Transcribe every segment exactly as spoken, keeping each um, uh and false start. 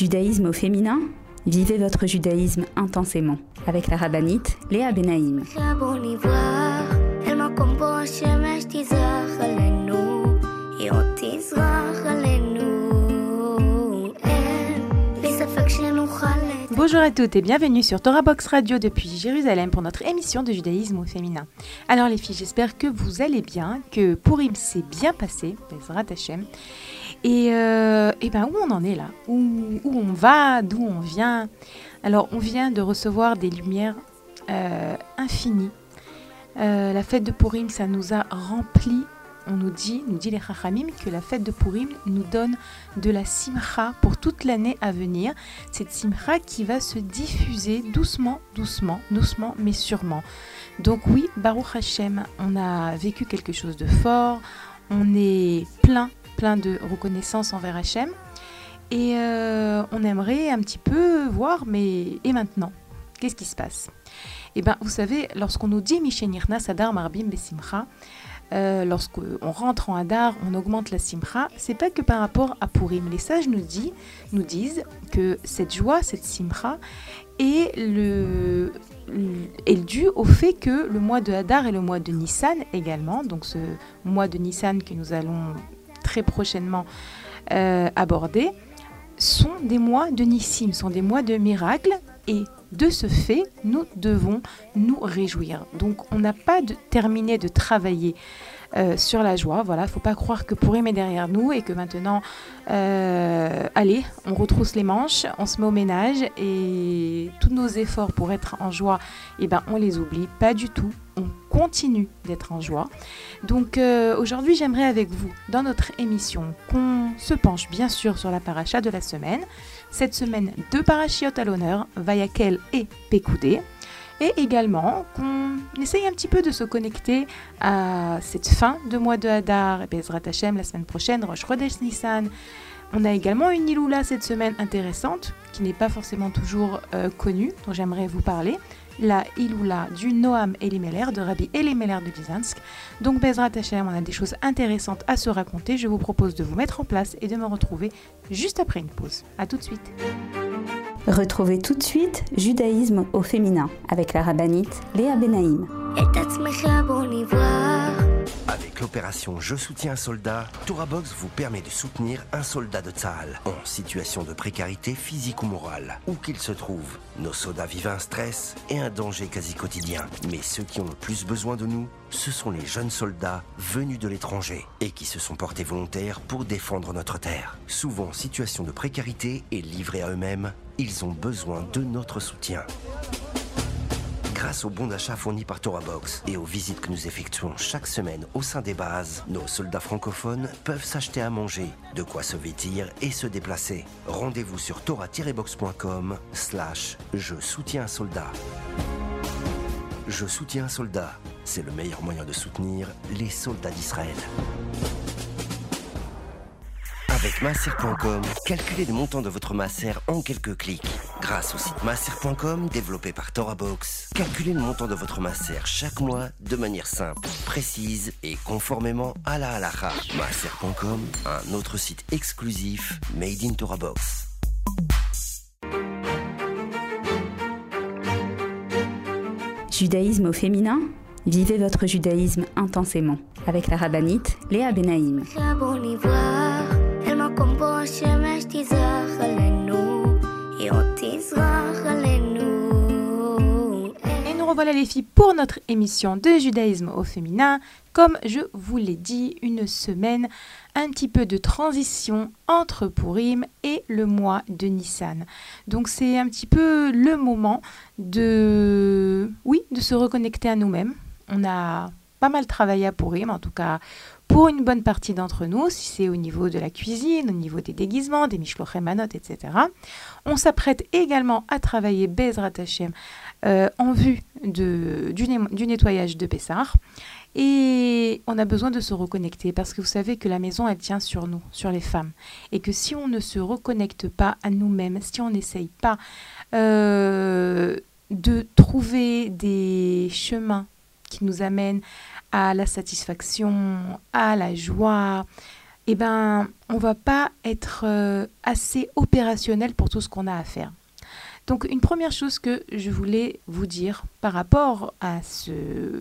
Judaïsme au féminin, vivez votre judaïsme intensément avec la rabbinite Léa Benaïm. Bonjour à toutes et bienvenue sur Torah Box Radio depuis Jérusalem pour notre émission de judaïsme au féminin. Alors les filles, j'espère que vous allez bien, que Purim s'est bien passé, Bezrat Hashem. Et, euh, et ben où on en est là, où, où on va, d'où on vient. Alors on vient de recevoir des lumières euh, infinies. Euh, la fête de Purim, ça nous a rempli. On nous dit, nous dit les Chachamim, que la fête de Purim nous donne de la simcha pour toute l'année à venir. Cette simcha qui va se diffuser doucement, doucement, doucement, mais sûrement. Donc oui, Baruch Hashem, on a vécu quelque chose de fort. On est plein, plein de reconnaissance envers Hashem. Et euh, on aimerait un petit peu voir, mais et maintenant, qu'est-ce qui se passe? Eh bien, vous savez, lorsqu'on nous dit Mishenirna Sadar Marbim Besimcha, Euh, lorsqu'on rentre en Hadar, on augmente la simcha, c'est pas que par rapport à Purim. Les sages nous, dit, nous disent que cette joie, cette simcha, est, le, est due au fait que le mois de Hadar et le mois de Nissan également, donc ce mois de Nissan que nous allons très prochainement euh, aborder, sont des mois de Nissim, sont des mois de miracles, et de ce fait, nous devons nous réjouir. Donc, on n'a pas de, terminé de travailler euh, sur la joie. Voilà, il ne faut pas croire que Purim est derrière nous et que maintenant, euh, allez, on retrousse les manches, on se met au ménage et tous nos efforts pour être en joie, eh ben, on les oublie. Pas du tout. On continue d'être en joie. Donc, euh, aujourd'hui, j'aimerais avec vous, dans notre émission, qu'on se penche bien sûr sur la paracha de la semaine. Cette semaine, deux parachiotes à l'honneur, Vayakel et Pekoudé. Et également qu'on essaye un petit peu de se connecter à cette fin de mois de Hadar, et Bezrat Hashem la semaine prochaine, Rosh Chodesh Nissan. On a également une Iloula cette semaine intéressante, qui n'est pas forcément toujours euh, connue, dont j'aimerais vous parler. La Iloula du Noam Elimelech, de Rabbi Elimelech de Lizansk. Donc Bezrat Hashem, on a des choses intéressantes à se raconter. Je vous propose de vous mettre en place et de me retrouver juste après une pause. A tout de suite. Retrouvez tout de suite Judaïsme au féminin avec la rabbinite Léa Benaïm. Avec l'opération Je soutiens un soldat, Torah Box vous permet de soutenir un soldat de Tzahal en situation de précarité physique ou morale, où qu'il se trouve. Nos soldats vivent un stress et un danger quasi quotidien. Mais ceux qui ont le plus besoin de nous, ce sont les jeunes soldats venus de l'étranger et qui se sont portés volontaires pour défendre notre terre. Souvent en situation de précarité et livrés à eux-mêmes, ils ont besoin de notre soutien. Grâce aux bons d'achat fournis par Torah Box et aux visites que nous effectuons chaque semaine au sein des bases, nos soldats francophones peuvent s'acheter à manger, de quoi se vêtir et se déplacer. Rendez-vous sur torah-box.com slash je soutiens un soldat. Je soutiens un soldat, c'est le meilleur moyen de soutenir les soldats d'Israël. Avec Maaser point com, calculez le montant de votre Maaser en quelques clics. Grâce au site Maaser point com, développé par Torah Box, calculez le montant de votre Maaser chaque mois de manière simple, précise et conformément à la halacha. Maaser point com, un autre site exclusif made in Torah Box. Judaïsme au féminin, vivez votre judaïsme intensément avec la rabbinite Léa Benaïm. Et nous revoilà les filles pour notre émission de judaïsme au féminin. Comme je vous l'ai dit, une semaine, un petit peu de transition entre Purim et le mois de Nissan. Donc c'est un petit peu le moment de, oui, de se reconnecter à nous-mêmes. On a pas mal travaillé à Purim, en tout cas pour une bonne partie d'entre nous, si c'est au niveau de la cuisine, au niveau des déguisements, des mishlochei manot, et cetera. On s'apprête également à travailler Bezrat Hashem euh, en vue de, du, du nettoyage de Pessah. Et on a besoin de se reconnecter parce que vous savez que la maison, elle tient sur nous, sur les femmes. Et que si on ne se reconnecte pas à nous-mêmes, si on n'essaye pas euh, de trouver des chemins qui nous amènent à la satisfaction, à la joie, eh ben, on ne va pas être euh, assez opérationnel pour tout ce qu'on a à faire. Donc, une première chose que je voulais vous dire par rapport à ce,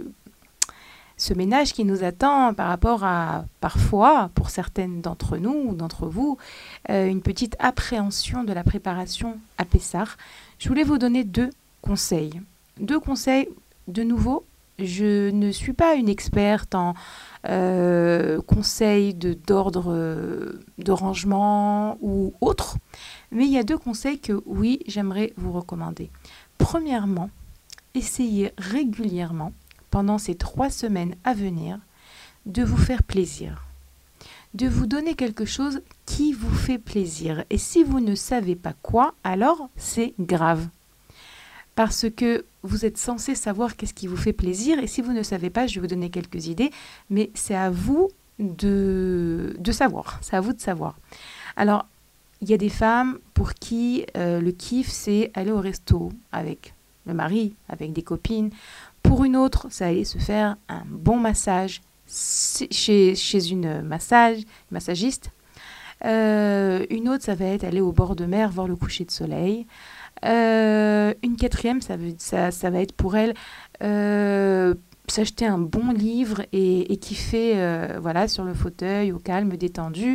ce ménage qui nous attend, par rapport à, parfois, pour certaines d'entre nous ou d'entre vous, euh, une petite appréhension de la préparation à Pessah, je voulais vous donner deux conseils. Deux conseils, de nouveau, je ne suis pas une experte en euh, conseils de, d'ordre euh, de rangement ou autre, mais il y a deux conseils que, oui, j'aimerais vous recommander. Premièrement, essayez régulièrement, pendant ces trois semaines à venir, de vous faire plaisir, de vous donner quelque chose qui vous fait plaisir. Et si vous ne savez pas quoi, alors c'est grave. Parce que vous êtes censé savoir qu'est-ce qui vous fait plaisir. Et si vous ne savez pas, je vais vous donner quelques idées. Mais c'est à vous de, de savoir. C'est à vous de savoir. Alors, il y a des femmes pour qui euh, le kiff, c'est aller au resto avec le mari, avec des copines. Pour une autre, c'est aller se faire un bon massage chez, chez une massage, massagiste. Euh, une autre, ça va être aller au bord de mer, voir le coucher de soleil. Euh, une quatrième, ça, veut, ça, ça va être pour elle euh, s'acheter un bon livre et, et kiffer euh, voilà, sur le fauteuil, au calme, détendu.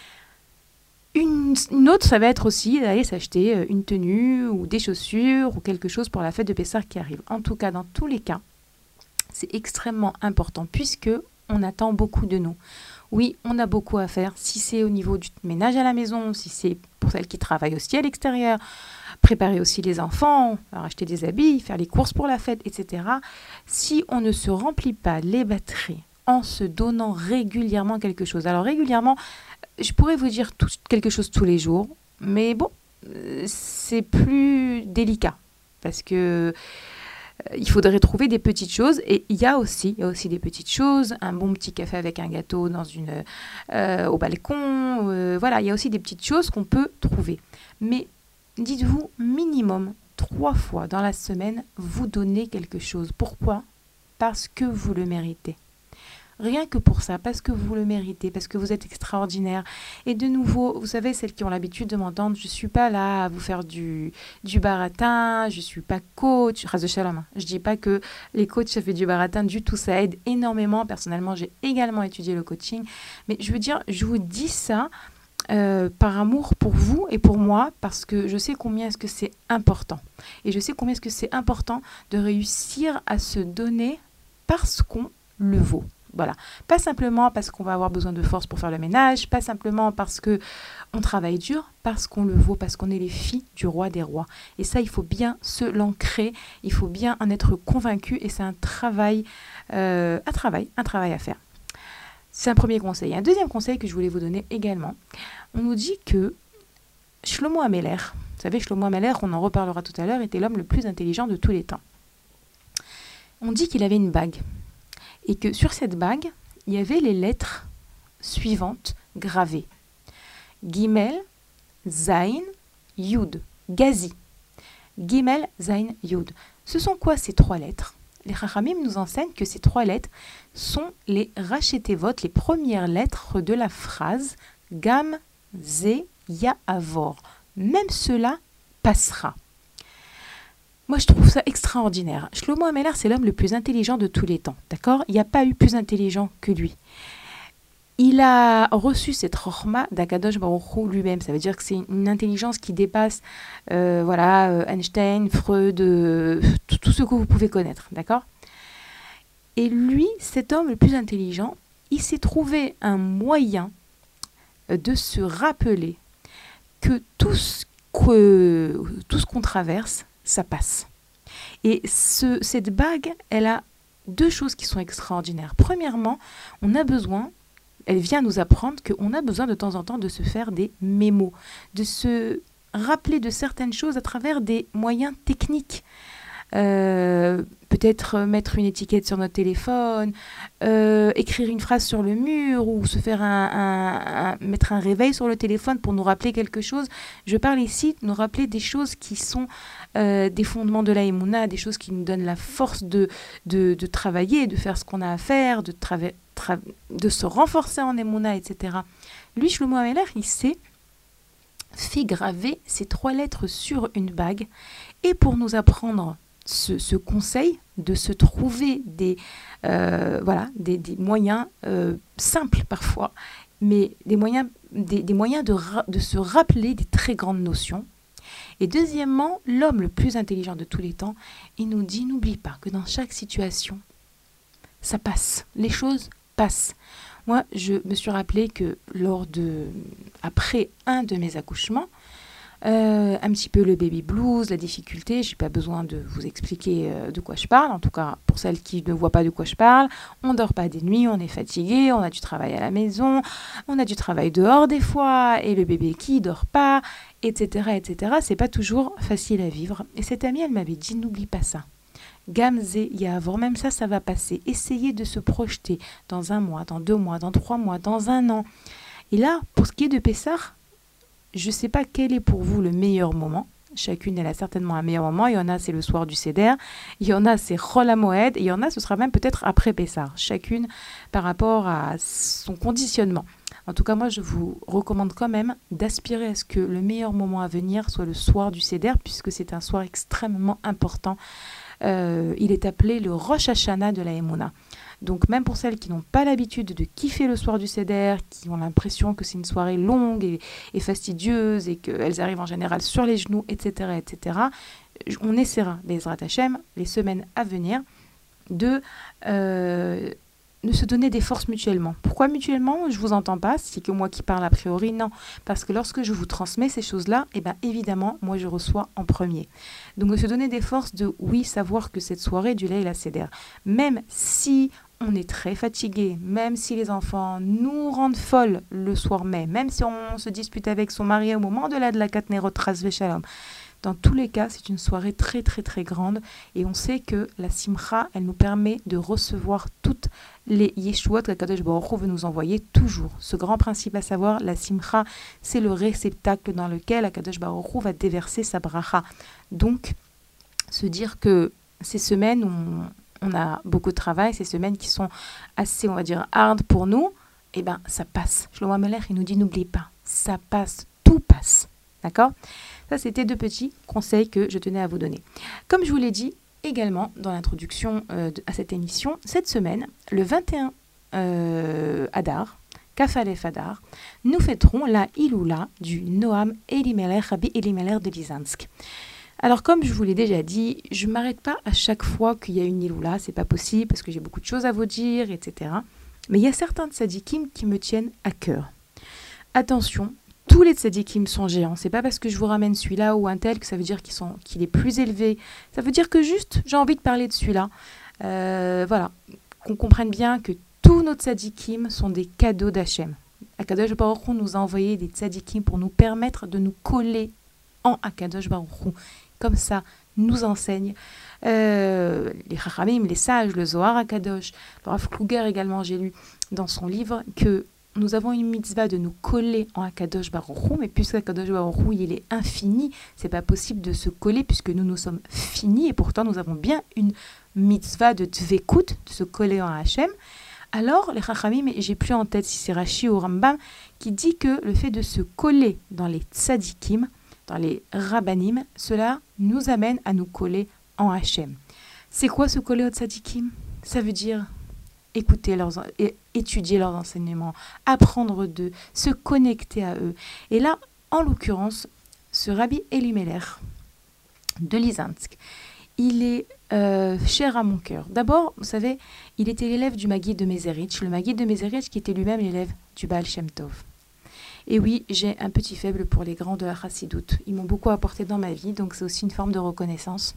Une, une autre, ça va être aussi d'aller s'acheter une tenue ou des chaussures ou quelque chose pour la fête de Pessah qui arrive. En tout cas, dans tous les cas, c'est extrêmement important puisque on attend beaucoup de nous. Oui, on a beaucoup à faire. Si c'est au niveau du ménage à la maison, si c'est pour celles qui travaillent aussi à l'extérieur, préparer aussi les enfants, leur acheter des habits, faire les courses pour la fête, et cetera. Si on ne se remplit pas les batteries en se donnant régulièrement quelque chose. Alors régulièrement, je pourrais vous dire tout, quelque chose tous les jours, mais bon, c'est plus délicat parce que euh, il faudrait trouver des petites choses et il y a aussi, il y a aussi des petites choses, un bon petit café avec un gâteau dans une, euh, au balcon, euh, voilà, il y a aussi des petites choses qu'on peut trouver. Mais dites-vous minimum trois fois dans la semaine, vous donnez quelque chose. Pourquoi ? Parce que vous le méritez. Rien que pour ça, parce que vous le méritez, parce que vous êtes extraordinaire. Et de nouveau, vous savez, celles qui ont l'habitude de m'entendre, je ne suis pas là à vous faire du, du baratin, je ne suis pas coach, ras de shalom, hein. Je ne dis pas que les coachs, ça fait du baratin du tout, ça aide énormément. Personnellement, j'ai également étudié le coaching. Mais je veux dire, je vous dis ça euh, par amour pour vous et pour moi, parce que je sais combien est-ce que c'est important. Et je sais combien est-ce que c'est important de réussir à se donner parce qu'on le vaut. Voilà, pas simplement parce qu'on va avoir besoin de force pour faire le ménage, pas simplement parce qu'on travaille dur, parce qu'on le vaut, parce qu'on est les filles du roi des rois. Et ça, il faut bien se l'ancrer, il faut bien en être convaincu et c'est un travail, euh, un travail, un travail à faire. C'est un premier conseil. Un deuxième conseil que je voulais vous donner également, on nous dit que Shlomo Ameler, vous savez, Shlomo Ameler, on en reparlera tout à l'heure, était l'homme le plus intelligent de tous les temps. On dit qu'il avait une bague. Et que sur cette bague, il y avait les lettres suivantes gravées. Gimel, Zain, Yud. Gazi. Gimel, Zain, Yud. Ce sont quoi ces trois lettres ? Les Chachamim nous enseignent que ces trois lettres sont les Rachetevot, les premières lettres de la phrase Gam, Ze, Ya'avor. Même cela passera. Moi, je trouve ça extraordinaire. Shlomo Ameler, c'est l'homme le plus intelligent de tous les temps, d'accord ? Il n'y a pas eu plus intelligent que lui. Il a reçu cette rochma d'Akadosh Baruch Hu lui-même. Ça veut dire que c'est une intelligence qui dépasse euh, voilà, euh, Einstein, Freud, euh, tout, tout ce que vous pouvez connaître, d'accord ? Et lui, cet homme le plus intelligent, il s'est trouvé un moyen de se rappeler que tout ce, que, tout ce qu'on traverse, ça passe. Et ce, cette bague, elle a deux choses qui sont extraordinaires. Premièrement, on a besoin, elle vient nous apprendre qu'on a besoin de temps en temps de se faire des mémos, de se rappeler de certaines choses à travers des moyens techniques. Euh, peut-être mettre une étiquette sur notre téléphone, euh, écrire une phrase sur le mur ou se faire un, un, un, mettre un réveil sur le téléphone pour nous rappeler quelque chose. Je parle ici de nous rappeler des choses qui sont euh, des fondements de la Emouna, des choses qui nous donnent la force de, de, de travailler, de faire ce qu'on a à faire, de trava- tra- de se renforcer en Emouna, et cetera. Lui, Shlomo Ameler, il s'est fait graver ces trois lettres sur une bague. Et pour nous apprendre ce, ce conseil de se trouver des, euh, voilà, des, des moyens euh, simples parfois, mais des moyens, des, des moyens de, ra- de se rappeler des très grandes notions. Et deuxièmement, l'homme le plus intelligent de tous les temps, il nous dit, n'oublie pas que dans chaque situation, ça passe, les choses passent. Moi, je me suis rappelé que lors de, après un de mes accouchements, euh, un petit peu le baby blues, la difficulté, je n'ai pas besoin de vous expliquer euh, de quoi je parle, en tout cas pour celles qui ne voient pas de quoi je parle, on ne dort pas des nuits, on est fatigué, on a du travail à la maison, on a du travail dehors des fois, et le bébé qui ne dort pas, et cetera, et cetera. C'est pas toujours facile à vivre. Et cette amie, elle m'avait dit, n'oublie pas ça. Gamze Yavor, même ça, ça va passer. Essayez de se projeter dans un mois, dans deux mois, dans trois mois, dans un an. Et là, pour ce qui est de Pessah, je ne sais pas quel est pour vous le meilleur moment. Chacune, elle a certainement un meilleur moment. Il y en a, c'est le soir du Seder. Il y en a, c'est Chol HaMoed. Et il y en a, ce sera même peut-être après Pessah. Chacune par rapport à son conditionnement. En tout cas, moi, je vous recommande quand même d'aspirer à ce que le meilleur moment à venir soit le soir du Seder, puisque c'est un soir extrêmement important. Euh, il est appelé le Rosh Hashanah de la Emouna. Donc même pour celles qui n'ont pas l'habitude de kiffer le soir du Seder, qui ont l'impression que c'est une soirée longue et, et fastidieuse et qu'elles arrivent en général sur les genoux, et cetera, et cetera, on essaiera, Bezrat Hashem, les semaines à venir, de, euh, de se donner des forces mutuellement. Pourquoi mutuellement? Je ne vous entends pas, c'est que moi qui parle a priori, non. Parce que lorsque je vous transmets ces choses-là, eh bien évidemment, moi je reçois en premier. Donc de se donner des forces de, oui, savoir que cette soirée du Leil HaSeder, même si on est très fatigué, même si les enfants nous rendent folles le soir même, même si on se dispute avec son mari au moment de la de la Katnerot Rasve Shalom, dans tous les cas, c'est une soirée très très très grande et on sait que la Simcha, elle nous permet de recevoir toutes les Yeshuot que Kadosh Baruch Hu veut nous envoyer toujours. Ce grand principe à savoir, la Simcha, c'est le réceptacle dans lequel Kadosh Baruch Hu va déverser sa bracha. Donc, se dire que ces semaines où on a beaucoup de travail, ces semaines qui sont assez, on va dire, hard pour nous, eh bien, ça passe. Shlomo Ameler, il nous dit, n'oublie pas, ça passe, tout passe. D'accord ? Ça, c'était deux petits conseils que je tenais à vous donner. Comme je vous l'ai dit également dans l'introduction euh, de, à cette émission, cette semaine, le vingt et un euh, Adar, Kaf Alef Adar, nous fêterons la Iloula du Noam Elimelech, Rabbi Elimelech de Lizansk. Alors, comme je vous l'ai déjà dit, je ne m'arrête pas à chaque fois qu'il y a une Iloula, c'est pas possible parce que j'ai beaucoup de choses à vous dire, et cetera. Mais il y a certains tzadikim qui me tiennent à cœur. Attention, tous les tzadikim sont géants. C'est pas parce que je vous ramène celui-là ou un tel que ça veut dire qu'ils sont, qu'il est plus élevé. Ça veut dire que juste, j'ai envie de parler de celui-là. Euh, voilà, qu'on comprenne bien que tous nos tzadikim sont des cadeaux d'Hachem. Akadosh Baruch Hu nous a envoyé des tzadikim pour nous permettre de nous coller en Akadosh Baruch Hu. Comme ça, nous enseigne euh, les Chachamim, les sages, le Zohar Akadosh. Le Rav Kluger également, j'ai lu dans son livre que nous avons une mitzvah de nous coller en Akadosh Baruch Hu, mais puisque Akadosh Baruch Hu, il est infini, c'est pas possible de se coller puisque nous, nous sommes finis et pourtant nous avons bien une mitzvah de Dvekut, de se coller en Hachem. Alors, les Chachamim, et j'ai plus en tête si c'est Rashi ou Rambam, qui dit que le fait de se coller dans les tzadikim, dans les rabbanim, cela nous amène à nous coller en Hachem. C'est quoi se coller aux tzadikim? Ça veut dire écouter leurs, étudier leurs enseignements, apprendre d'eux, se connecter à eux. Et là, en l'occurrence, ce Rabbi Elimelech de Lizansk, il est euh, cher à mon cœur. D'abord, vous savez, il était l'élève du Maguid de Mezerich, le Maguid de Mezerich qui était lui-même l'élève du Baal Shem Tov. Et oui, j'ai un petit faible pour les grands de la Chassidoute. Ils m'ont beaucoup apporté dans ma vie, donc c'est aussi une forme de reconnaissance.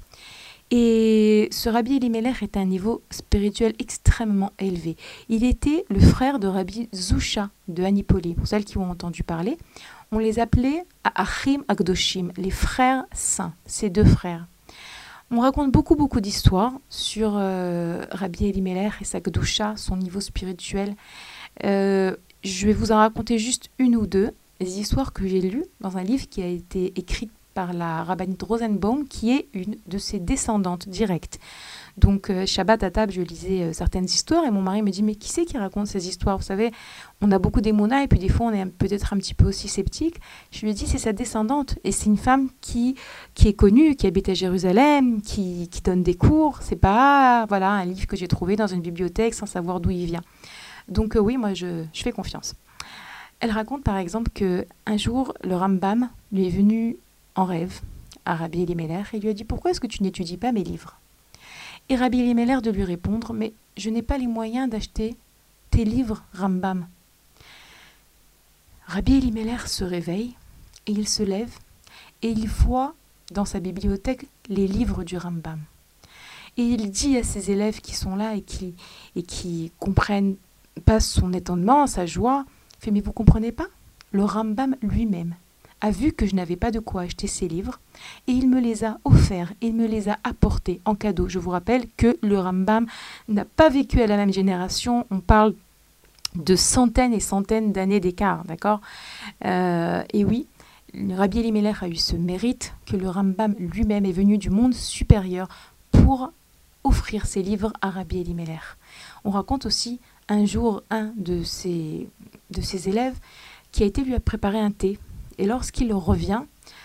Et ce Rabbi Elimelech est à un niveau spirituel extrêmement élevé. Il était le frère de Rabbi Zusha de Anipoli. Pour celles qui ont entendu parler, on les appelait Achim Akdoshim, les frères saints, ces deux frères. On raconte beaucoup, beaucoup d'histoires sur euh, Rabbi Elimelech et sa Gdusha, son niveau spirituel. Euh, je vais vous en raconter juste une ou deux, des histoires que j'ai lues dans un livre qui a été écrit par la rabbinite Rosenbaum, qui est une de ses descendantes directes. Donc, euh, Shabbat à table, je lisais euh, certaines histoires et mon mari me dit « Mais qui c'est qui raconte ces histoires ?» Vous savez, on a beaucoup d'émouna et puis des fois, on est peut-être un petit peu aussi sceptique. Je lui ai dit « C'est sa descendante et c'est une femme qui, qui est connue, qui habite à Jérusalem, qui, qui donne des cours. C'est pas voilà, un livre que j'ai trouvé dans une bibliothèque sans savoir d'où il vient. » Donc, euh, oui, moi, je, je fais confiance. Elle raconte par exemple qu'un jour, le Rambam lui est venu en rêve à Rabbi Elimelech et lui a dit « Pourquoi est-ce que tu n'étudies pas mes livres ?» Et Rabbi Elimelech de lui répondre « Mais je n'ai pas les moyens d'acheter tes livres, Rambam. » Rabbi Elimelech se réveille et il se lève et il voit dans sa bibliothèque les livres du Rambam. Et il dit à ses élèves qui sont là et qui, et qui comprennent pas son étonnement, sa joie, il fait « Mais vous comprenez pas ? Le Rambam lui-même a vu que je n'avais pas de quoi acheter ces livres et il me les a offerts, il me les a apportés en cadeau. » Je vous rappelle que le Rambam n'a pas vécu à la même génération, on parle de centaines et centaines d'années d'écart, d'accord euh, Et oui, Rabbi Elimelech a eu ce mérite que le Rambam lui-même est venu du monde supérieur pour offrir ses livres à Rabbi Elimelech. On raconte aussi un jour un de ses, de ses élèves qui a été lui a préparé un thé. Et lorsqu'il revient,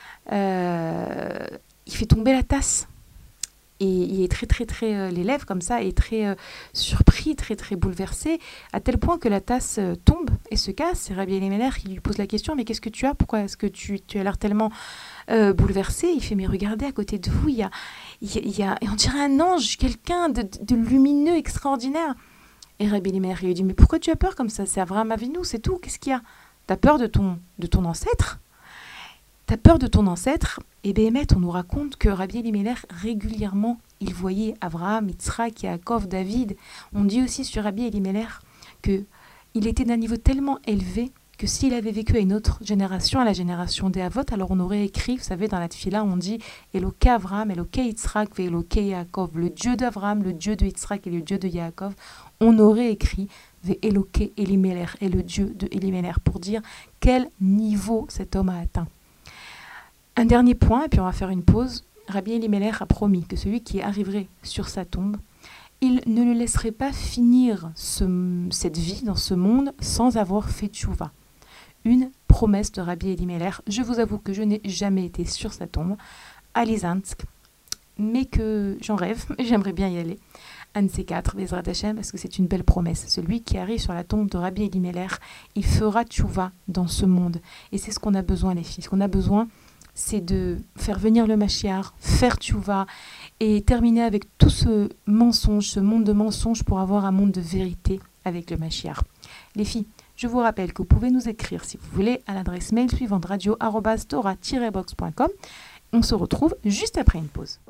euh, il fait tomber la tasse. Et il est très, très, très, euh, l'élève comme ça, est très euh, surpris, très, très bouleversé, à tel point que la tasse euh, tombe et se casse. Et Rabbi Elimelech, il lui pose la question, mais qu'est-ce que tu as ? Pourquoi est-ce que tu, tu as l'air tellement euh, bouleversé ? Il fait, mais regardez, à côté de vous, il y a, il y a, il y a on dirait un ange, quelqu'un de, de lumineux, extraordinaire. Et Rabbi Elimelech, il lui dit, mais pourquoi tu as peur comme ça ? C'est Avraham Avinu, c'est tout, qu'est-ce qu'il y a ? T'as peur de ton, de ton ancêtre ? T'as peur de ton ancêtre ? Et Béhémet, on nous raconte que Rabbi Elimelech, régulièrement, il voyait Abraham, Yitzhak, Yaakov, David. On dit aussi sur Rabbi Elimelech qu'il était d'un niveau tellement élevé que s'il avait vécu à une autre génération, à la génération des Avot, alors on aurait écrit, vous savez, dans la Tfila, on dit « Eloké Avraham, Eloké Yitzhak, ve Eloké Yaakov », le Dieu d'Avraham, le Dieu de Yitzhak et le Dieu de Yaakov. On aurait écrit « Ve Eloké Elimelech » et le Dieu de Elimelech, pour dire quel niveau cet homme a atteint. Un dernier point, et puis on va faire une pause. Rabbi Elimelech a promis que celui qui arriverait sur sa tombe, il ne le laisserait pas finir ce, cette vie dans ce monde sans avoir fait tchouva. Une promesse de Rabbi Elimelech. Je vous avoue que je n'ai jamais été sur sa tombe à Lizansk, mais que j'en rêve, j'aimerais bien y aller. Un de ces quatre, Bezrat Hashem, parce que c'est une belle promesse. Celui qui arrive sur la tombe de Rabbi Elimelech, il fera tchouva dans ce monde. Et c'est ce qu'on a besoin, les filles. Ce qu'on a besoin, c'est de faire venir le Mashiach, faire tchouva et terminer avec tout ce mensonge, ce monde de mensonges pour avoir un monde de vérité avec le Mashiach. Les filles, je vous rappelle que vous pouvez nous écrire si vous voulez à l'adresse mail suivante radio arobase torah tiret box point com. On se retrouve juste après une pause.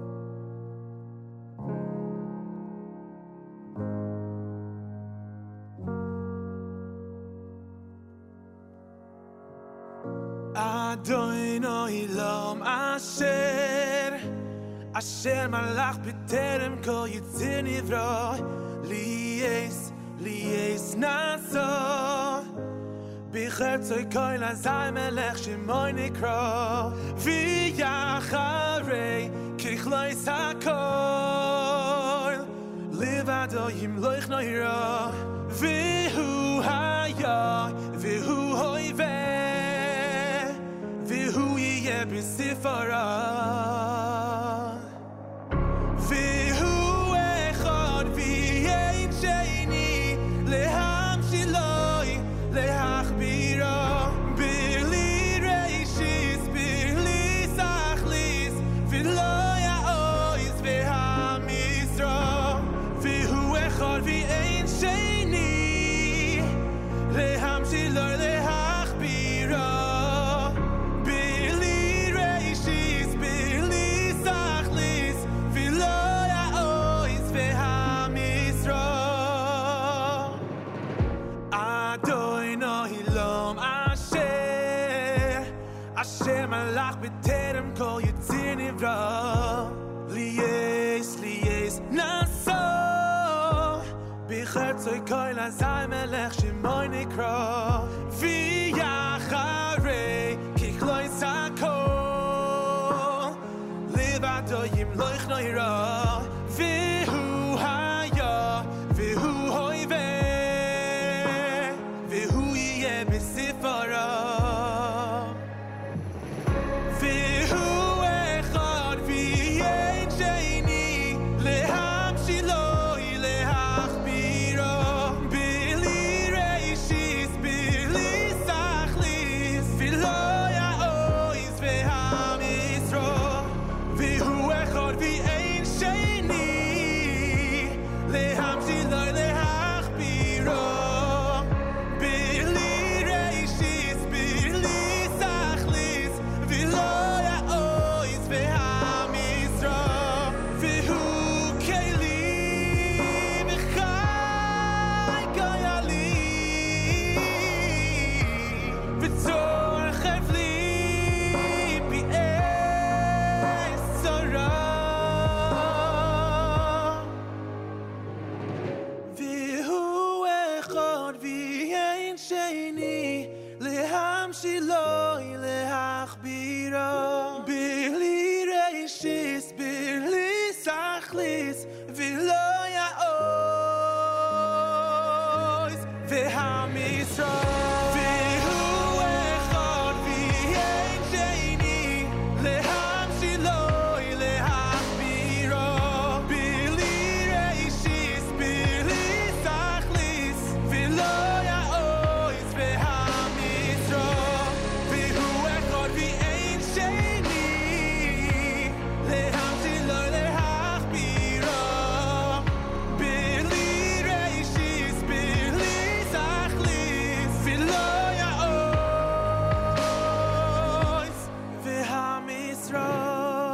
Adonai Elam Asher Asher malach b'terem kol yitzir nivra Lies, lies naso B'chertzoi kol azay melech shemoy nikra V'yacharei kichlois hakol Livado yimloich noira V'hu haya, v'hu hoiveh V'hu yiyeh b'sifara V'hu echad v'yein sheini Lehamshiloi, lehachbira B'li reishis, b'li sachlis V'lo ya'ois v'hamisra V'hu echad v'yein sheini Lehamshiloi, lehachbira Asher malach b'terem kol yitzir nivra Lies, lies naso B'chertzoi kol azay melech shemoy nikra V'yacharei kichlois hakol shiloi lehachbiro bili reishis bili sachlis v'lo ya'oz v'ham Yisrael v'hu echad v'yein sheni leham shiloi lehachbiro bili reishis bili sachlis v'lo ya'oz v'ham Yisrael v'hu echad v'yein sheni leham shiloi lehachbiro bili reishis bili sachlis v'lo ya'oz v'ham Yisrael.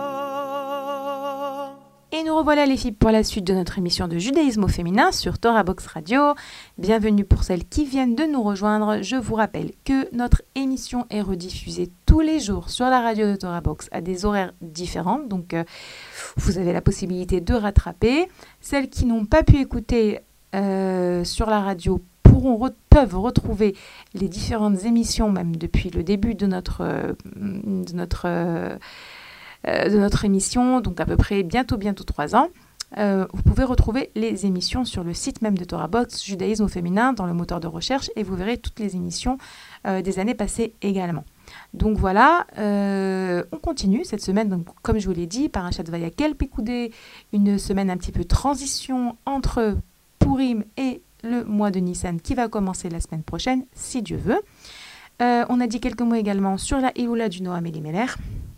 Et nous revoilà les filles pour la suite de notre émission de judaïsme au féminin sur Torah Box Radio. Bienvenue pour celles qui viennent de nous rejoindre. Je vous rappelle que notre émission est rediffusée tous les jours sur la radio de Torah Box à des horaires différents. Donc euh, vous avez la possibilité de rattraper. Celles qui n'ont pas pu écouter euh, sur la radio pourront re- peuvent retrouver les différentes émissions même depuis le début de notre euh, de notre euh, euh, de notre émission, donc à peu près bientôt bientôt trois ans. Euh, vous pouvez retrouver les émissions sur le site même de Torah Box, Judaïsme au féminin, dans le moteur de recherche, et vous verrez toutes les émissions euh, des années passées également. Donc voilà, euh, on continue cette semaine, donc, comme je vous l'ai dit, Parashat Vayakel Pekoudé, une semaine un petit peu transition entre Purim et le mois de Nissan qui va commencer la semaine prochaine, si Dieu veut. Euh, on a dit quelques mots également sur la Héoula du Noam Elimelech,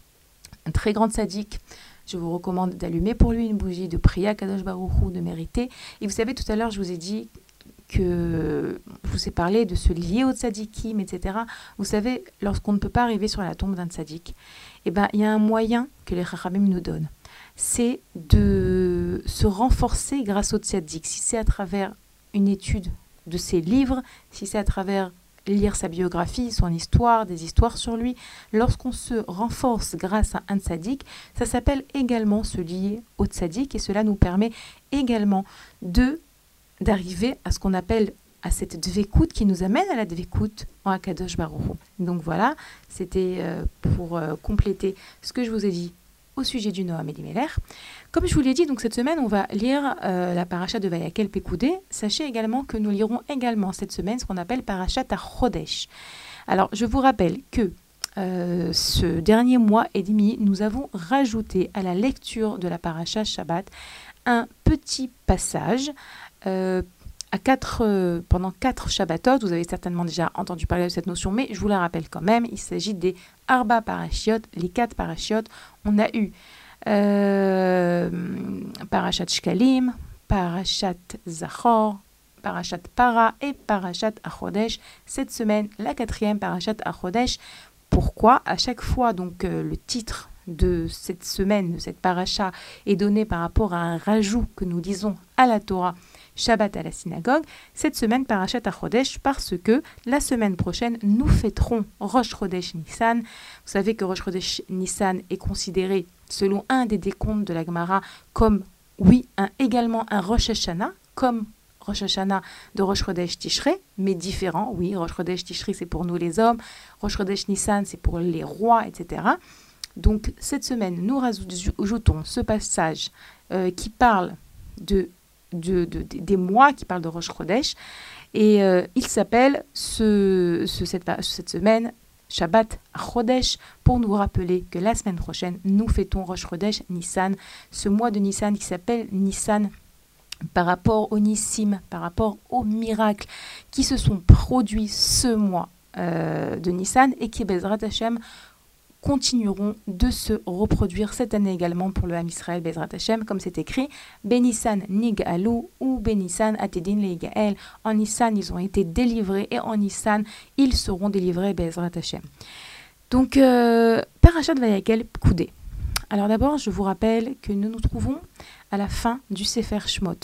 un très grand sadique. Je vous recommande d'allumer pour lui une bougie, de prier à Kadosh Baruch Hu, de mériter. Et vous savez, tout à l'heure, je vous ai dit que je vous ai parlé de se lier au tzadikim, et cetera. Vous savez, lorsqu'on ne peut pas arriver sur la tombe d'un tzadik, eh ben, il y a un moyen que les Chachamim nous donnent. C'est de se renforcer grâce au tzadik. Si c'est à travers une étude de ses livres, si c'est à travers lire sa biographie, son histoire, des histoires sur lui, lorsqu'on se renforce grâce à un tzadik, ça s'appelle également se lier au tzadik, et cela nous permet également de d'arriver à ce qu'on appelle à cette dvekout qui nous amène à la dvekout en Akadosh Baruch Hu. Donc voilà, c'était euh, pour euh, compléter ce que je vous ai dit au sujet du Noam Elimelech. Comme je vous l'ai dit, donc cette semaine, on va lire euh, la paracha de Vayakel Pekoudé. Sachez également que nous lirons également cette semaine ce qu'on appelle Parashat HaChodesh. Alors, je vous rappelle que euh, ce dernier mois et demi, nous avons rajouté à la lecture de la paracha Shabbat un petit passage euh, à quatre, euh, pendant quatre Shabbatot. Vous avez certainement déjà entendu parler de cette notion, mais je vous la rappelle quand même. Il s'agit des Arba Parashiot, les quatre Parashiot. On a eu euh, Parashat Shkalim, Parashat Zachor, Parashat Para et Parashat Achodesh. Cette semaine, la quatrième Parashat Achodesh. Pourquoi à chaque fois donc euh, le titre de cette semaine, de cette paracha, est donné par rapport à un rajout que nous disons à la Torah, Shabbat à la synagogue, cette semaine Parashat HaChodesh, parce que la semaine prochaine, nous fêterons Rosh Chodesh Nissan. Vous savez que Rosh Chodesh Nissan est considéré, selon un des décomptes de la Gemara, comme, oui, un, également un Rosh Hashanah, comme Rosh Hashanah de Rosh Chodesh Tishrei, mais différent. Oui, Rosh Chodesh Tishrei, c'est pour nous les hommes, Rosh Chodesh Nissan, c'est pour les rois, et cetera. Donc, cette semaine, nous rajoutons ce passage euh, qui parle de De, de, de, des mois, qui parlent de Rosh Chodesh, et euh, il s'appelle ce, ce, cette, cette semaine Shabbat Chodesh, pour nous rappeler que la semaine prochaine nous fêtons Rosh Chodesh Nissan, ce mois de Nissan qui s'appelle Nissan par rapport au Nissim, par rapport aux miracles qui se sont produits ce mois euh, de Nissan, et qui Bezrat Hashem continueront de se reproduire cette année également pour le Ham Israël Bezrat Hashem, comme c'est écrit Benissan Nig'alu ou Benissan Atedin Leigael. En Nissan, ils ont été délivrés, et en Nissan, ils seront délivrés Bezrat Hashem. Donc, euh, Parashat Vayakel Pekoudé. Alors d'abord, je vous rappelle que nous nous trouvons à la fin du Sefer Shmot.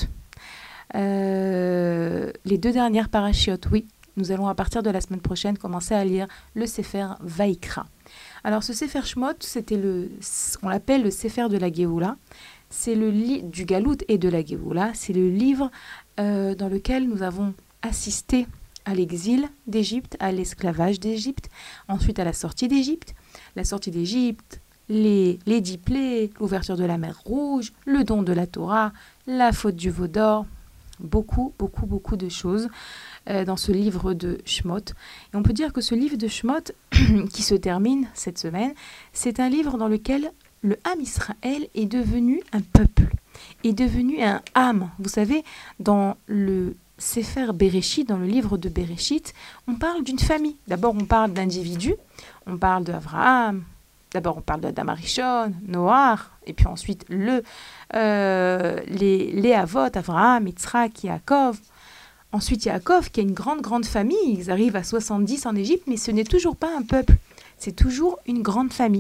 Euh, les deux dernières parachiotes, oui, nous allons à partir de la semaine prochaine commencer à lire le Sefer Vaikra. Alors ce Sefer Shmot, c'était le, on l'appelle le Sefer de la Géoula, c'est le livre du Galout et de la Géoula, c'est le livre euh, dans lequel nous avons assisté à l'exil d'Égypte, à l'esclavage d'Égypte, ensuite à la sortie d'Égypte, la sortie d'Égypte, les, les dix plaies, l'ouverture de la mer Rouge, le don de la Torah, la faute du veau d'or, beaucoup, beaucoup, beaucoup de choses euh, dans ce livre de Shemot. Et on peut dire que ce livre de Shemot, qui se termine cette semaine, c'est un livre dans lequel le Ham Israël est devenu un peuple, est devenu un Ham. Vous savez, dans le Sefer Bereshit, dans le livre de Bereshit, on parle d'une famille. D'abord, on parle d'individus, on parle d'Abraham, d'abord on parle d'Adam Arishon, Noach, et puis ensuite le, euh, les, les Avot, Abraham, Yitzhak, Yaakov. Ensuite, Yaakov, qui a une grande, grande famille. Ils arrivent à soixante-dix en Égypte, mais ce n'est toujours pas un peuple. C'est toujours une grande famille.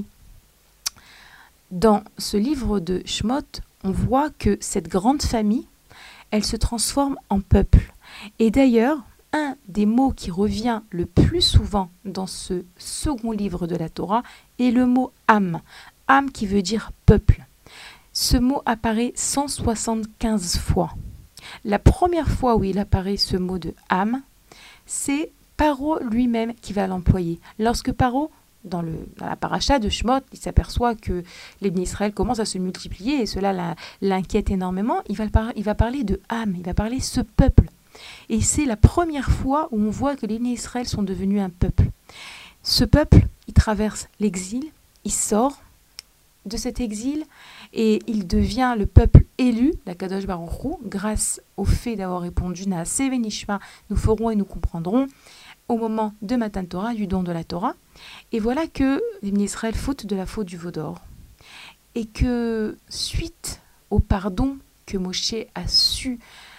Dans ce livre de Shemot, on voit que cette grande famille, elle se transforme en peuple. Et d'ailleurs, un des mots qui revient le plus souvent dans ce second livre de la Torah est le mot « Am ». « Am » qui veut dire « peuple ». Ce mot apparaît cent soixante-quinze fois. La première fois où il apparaît ce mot de « Am », c'est Paro lui-même qui va l'employer. Lorsque Paro, dans, le, dans la paracha de Shemot, il s'aperçoit que les Bnei Israël commencent à se multiplier et cela l'inquiète énormément, il va, il va parler de « Am », il va parler ce peuple. Et c'est la première fois où on voit que les Bnei Israël sont devenus un peuple. Ce peuple, il traverse l'exil, il sort de cet exil et il devient le peuple élu, la Kadosh Baruch Hu, grâce au fait d'avoir répondu Naaseh Venishma, nous ferons et nous comprendrons, au moment de Matan Torah, du don de la Torah. Et voilà que les Bnei Israël fautent de la faute du veau d'or. Et que suite au pardon que Moshe a su,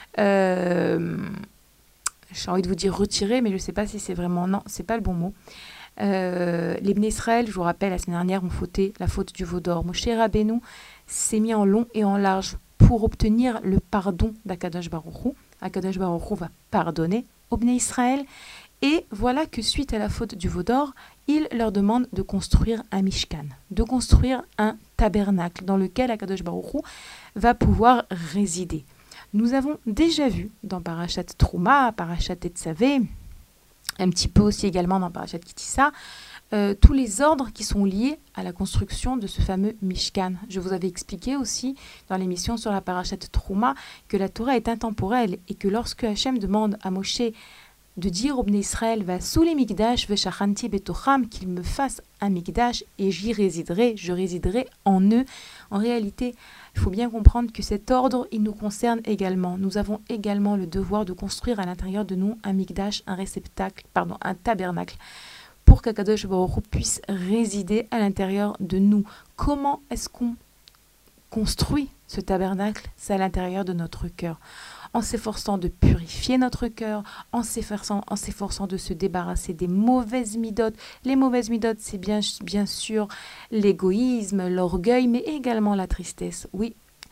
euh, j'ai envie de vous dire retirer, mais je ne sais pas si c'est vraiment, non, c'est pas le bon mot. Euh, les Bnei Israël, je vous rappelle, la semaine dernière, ont fauté la faute du veau d'or. Moshe Rabbeinu s'est mis en long et en large pour obtenir le pardon d'Akadosh Baruch Hu. Akadosh Baruch Hu va pardonner aux Bnei Israël. Et voilà que suite à la faute du veau d'or, il leur demande de construire un Mishkan, de construire un tabernacle dans lequel Akadosh Baruch Hu va pouvoir résider. Nous avons déjà vu dans Parashat Trouma, Parashat Tetzavé, un petit peu aussi également dans Parashat Kitissa, euh, tous les ordres qui sont liés à la construction de ce fameux Mishkan. Je vous avais expliqué aussi dans l'émission sur la Parashat Trouma que la Torah est intemporelle et que lorsque Hachem demande à Moshe de dire au Bnei Israël va sous les Mikdash veshachanti betocham, qu'il me fasse un Mikdash et j'y résiderai, je résiderai en eux. En réalité, il faut bien comprendre que cet ordre, il nous concerne également. Nous avons également le devoir de construire à l'intérieur de nous un Mikdash, un réceptacle, pardon, un tabernacle, pour qu'Akadosh Baruch Hu puisse résider à l'intérieur de nous. Comment est-ce qu'on construit ce tabernacle? C'est à l'intérieur de notre cœur. En s'efforçant de purifier notre cœur, en s'efforçant, en s'efforçant de se débarrasser des mauvaises midotes. Les mauvaises midotes, c'est bien, bien sûr l'égoïsme, l'orgueil, mais également la tristesse, oui.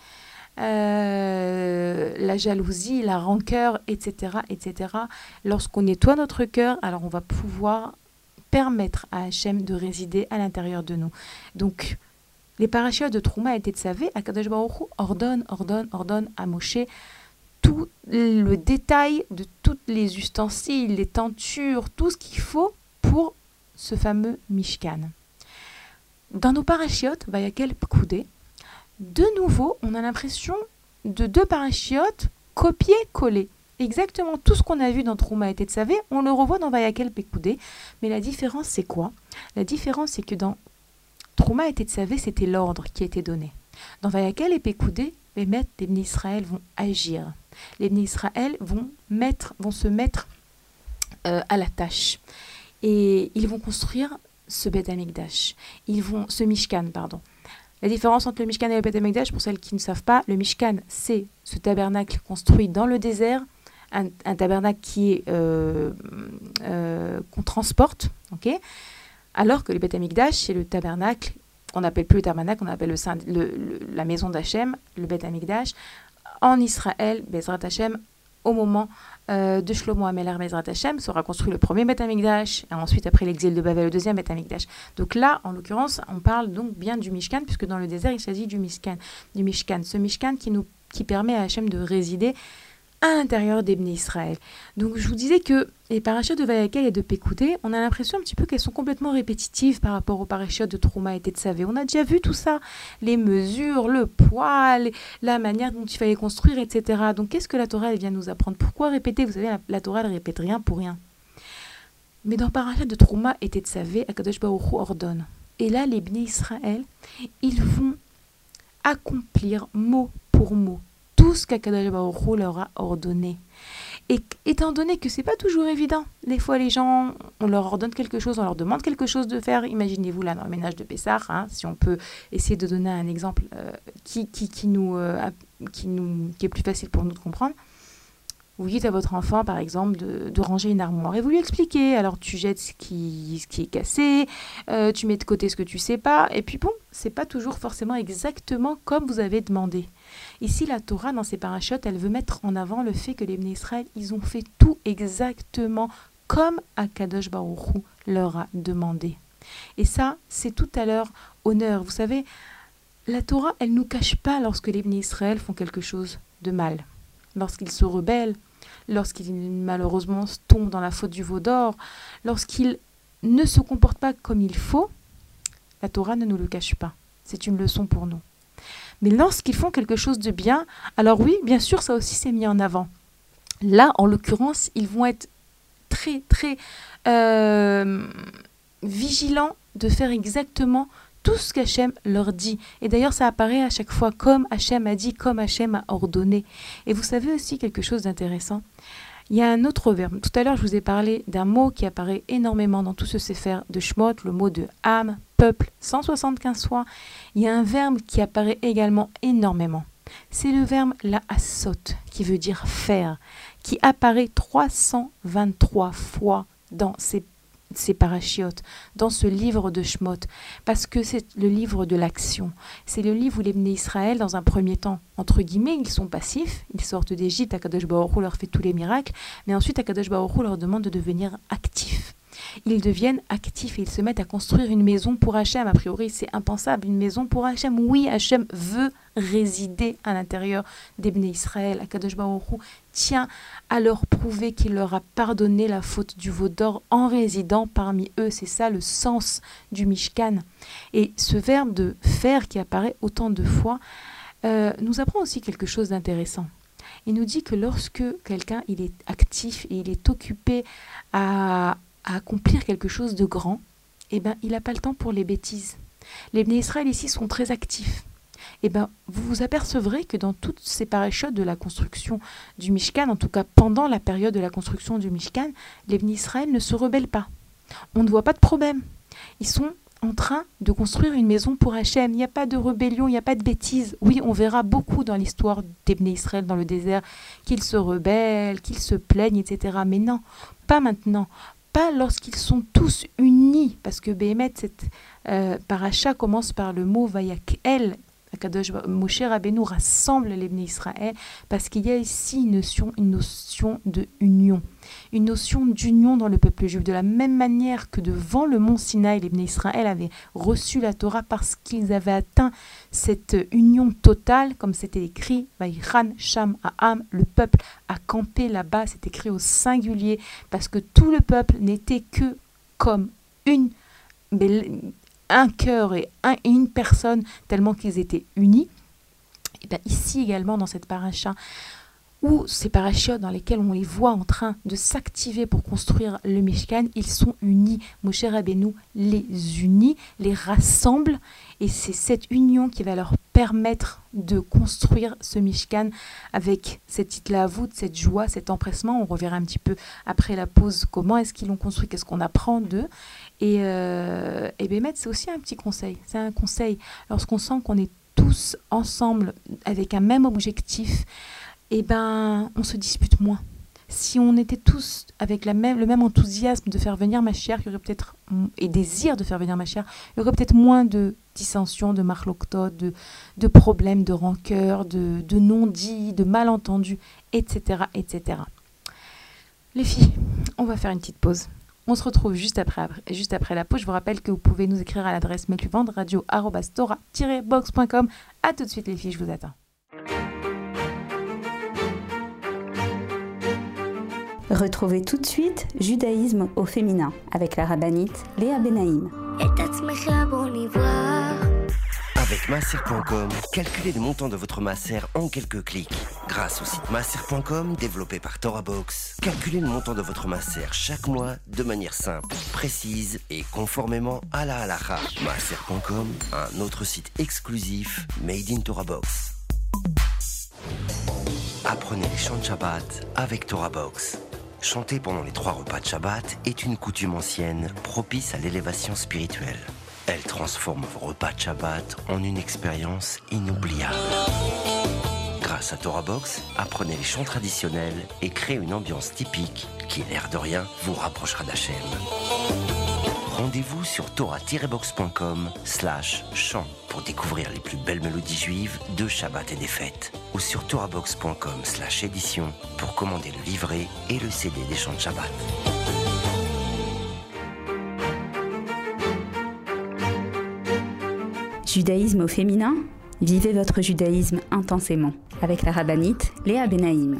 Euh, la jalousie, la rancœur, et cetera, et cetera. Lorsqu'on nettoie notre cœur, alors on va pouvoir permettre à Hachem de résider à l'intérieur de nous. Donc, les parachutes de Trouma et Tetzavé, Akadosh Baruch Hu ordonne, ordonne, ordonne à Moshe tout le détail de tous les ustensiles, les tentures, tout ce qu'il faut pour ce fameux Mishkan. Dans nos parachiotes, Vayakel Pkoudé, de nouveau, on a l'impression de deux parachiotes copier-coller. Exactement tout ce qu'on a vu dans Trouma et Tetzavé, on le revoit dans Vayakel Pkoudé. Mais la différence, c'est quoi? La différence, c'est que dans Trouma et Tetzavé, c'était l'ordre qui était donné. Dans Vayakel et Pkoudé, les maîtres des Bnei Israël vont agir. Les Bnei Israël vont, mettre, vont se mettre euh, à la tâche. Et ils vont construire ce Beth Amikdash. Ils vont, ce Mishkan, pardon. La différence entre le Mishkan et le Beth Amikdash, pour celles qui ne savent pas, le Mishkan, c'est ce tabernacle construit dans le désert, un, un tabernacle qui est euh, euh, qu'on transporte, ok. Alors que le Beth Amikdash, c'est le tabernacle. On n'appelle plus le tabernacle, on appelle le, le, le, la maison d'Hachem, le Beth Amikdash, en Israël, Bezrat Hachem, au moment euh, de Shlomo Ameler Bezrat Hachem, sera construit le premier Beth Amikdash, et ensuite, après l'exil de Babel, le deuxième Beth Amikdash. Donc là, en l'occurrence, on parle donc bien du Mishkan, puisque dans le désert, il s'agit du Mishkan. Du Mishkan. Ce Mishkan qui, nous, qui permet à Hachem de résider à l'intérieur des Bnei Israël. Donc je vous disais que les parachutes de Vayakel et de Pékouté, on a l'impression un petit peu qu'elles sont complètement répétitives par rapport aux parachutes de Trouma et Tetzavé. On a déjà vu tout ça, les mesures, le poids, les, la manière dont il fallait construire, et cetera. Donc qu'est-ce que la Torah elle vient nous apprendre? Pourquoi répéter? Vous savez, la, la Torah elle répète rien pour rien. Mais dans parachute de Trouma et Tetzavé, Akadosh Baruch Hu ordonne. Et là, les Bnei Israël, ils vont accomplir mot pour mot tout ce qu'Akadosh Baruch Hu leur a ordonné. Et étant donné que c'est pas toujours évident, des fois les gens, on leur ordonne quelque chose, on leur demande quelque chose de faire. Imaginez-vous là dans le ménage de Pessah, hein, si on peut essayer de donner un exemple euh, qui, qui, qui, nous, euh, qui, nous, qui est plus facile pour nous de comprendre. Vous dites à votre enfant, par exemple, de, de ranger une armoire et vous lui expliquez. Alors, tu jettes ce qui, ce qui est cassé, euh, tu mets de côté ce que tu sais pas. Et puis bon, c'est pas toujours forcément exactement comme vous avez demandé. Ici, la Torah, dans ses parachutes, elle veut mettre en avant le fait que les Bnei Israël, ils ont fait tout exactement comme Akadosh Baruch Hu leur a demandé. Et ça, c'est tout à leur honneur. Vous savez, la Torah, elle ne nous cache pas lorsque les Bnei Israël font quelque chose de mal. Lorsqu'ils se rebellent, lorsqu'ils malheureusement tombent dans la faute du veau d'or, lorsqu'ils ne se comportent pas comme il faut, la Torah ne nous le cache pas. C'est une leçon pour nous. Mais lorsqu'ils font quelque chose de bien, alors oui, bien sûr, ça aussi c'est mis en avant. Là, en l'occurrence, ils vont être très, très euh, vigilants de faire exactement tout ce qu'Hachem leur dit. Et d'ailleurs, ça apparaît à chaque fois comme Hachem a dit, comme Hachem a ordonné. Et vous savez aussi quelque chose d'intéressant. Il y a un autre verbe. Tout à l'heure, je vous ai parlé d'un mot qui apparaît énormément dans tout ce Sefer de Shemot, le mot de âme, peuple, cent soixante-quinze fois. Il y a un verbe qui apparaît également énormément. C'est le verbe la asot, qui veut dire faire, qui apparaît trois cent vingt-trois fois dans ces ces parachiotes, dans ce livre de Shemot, parce que c'est le livre de l'action. C'est le livre où les Bnei Israël, dans un premier temps, entre guillemets, ils sont passifs, ils sortent d'Égypte, Akadosh Baruch Hu leur fait tous les miracles, mais ensuite Akadosh Baruch Hu leur demande de devenir actifs. Ils deviennent actifs et ils se mettent à construire une maison pour Hachem. A priori, c'est impensable, une maison pour Hachem. Oui, Hachem veut résider à l'intérieur des Bnei Israël. Akadosh Baruch Hu tient à leur prouver qu'il leur a pardonné la faute du veau d'or en résidant parmi eux. C'est ça le sens du Mishkan. Et ce verbe de faire qui apparaît autant de fois euh, nous apprend aussi quelque chose d'intéressant. Il nous dit que lorsque quelqu'un il est actif et il est occupé à à accomplir quelque chose de grand, eh ben, il n'a pas le temps pour les bêtises. Les Bnei Israël ici sont très actifs. Eh ben, vous vous apercevrez que dans toutes ces parachutes de la construction du Mishkan, en tout cas pendant la période de la construction du Mishkan, les Bnei Israël ne se rebellent pas. On ne voit pas de problème. Ils sont en train de construire une maison pour Hachem. Il n'y a pas de rébellion, il n'y a pas de bêtises. Oui, on verra beaucoup dans l'histoire des Bnei Israël dans le désert qu'ils se rebellent, qu'ils se plaignent, et cetera. Mais non, pas maintenant. Pas lorsqu'ils sont tous unis, parce que Béhémet, cette euh, paracha commence par le mot Vayakel. Akadosh Moshe Rabbeinu rassemble les Bnei Israël, parce qu'il y a ici une notion, une notion de union, une notion d'union dans le peuple juif. De la même manière que devant le mont Sinaï, les Bnei Israël avaient reçu la Torah parce qu'ils avaient atteint cette union totale, comme c'était écrit, Vaïchan Sham Ha'am, le peuple a campé là-bas, c'est écrit au singulier, parce que tout le peuple n'était que comme une un cœur et, un, et une personne, tellement qu'ils étaient unis. Et bien ici également, dans cette paracha, ou ces parachutes dans lesquels on les voit en train de s'activer pour construire le Mishkan, ils sont unis. Moshe Rabbeinu les unit, les rassemble, et c'est cette union qui va leur permettre de construire ce Mishkan avec cette hitlaavout, cette joie, cet empressement. On reverra un petit peu après la pause comment est-ce qu'ils l'ont construit, qu'est-ce qu'on apprend d'eux. Et, euh, et Bémet, c'est aussi un petit conseil. C'est un conseil. Lorsqu'on sent qu'on est tous ensemble avec un même objectif, eh ben, on se dispute moins. Si on était tous avec la même, le même enthousiasme de faire venir Mashiach, il y aurait peut-être, et désir de faire venir Mashiach, il y aurait peut-être moins de dissensions, de marloctot, de, de problèmes, de rancœur, de, de non-dits, de malentendus, et cetera, et cetera. Les filles, on va faire une petite pause. On se retrouve juste après, juste après la pause. Je vous rappelle que vous pouvez nous écrire à l'adresse mail suivante, radio arobase torah tiret box point com. A tout de suite les filles, je vous attends. Retrouvez tout de suite Judaïsme au féminin avec la rabbinite Léa Benaïm. Avec Maaser point com, calculez le montant de votre Maaser en quelques clics. Grâce au site Maaser point com développé par TorahBox, calculez le montant de votre Maaser chaque mois de manière simple, précise et conformément à la halakha. Maaser point com, un autre site exclusif made in TorahBox. Apprenez les chants de Shabbat avec TorahBox. Chanter pendant les trois repas de Shabbat est une coutume ancienne propice à l'élévation spirituelle. Elle transforme vos repas de Shabbat en une expérience inoubliable. Grâce à TorahBox, apprenez les chants traditionnels et créez une ambiance typique qui, l'air de rien, vous rapprochera d'Hachem. Rendez-vous sur torah tiret box point com slash chant pour découvrir les plus belles mélodies juives de Shabbat et des fêtes. Ou sur torah box point com slash édition pour commander le livret et le C D des chants de Shabbat. Judaïsme au féminin, vivez votre judaïsme intensément avec la rabbinite Léa Benaïm.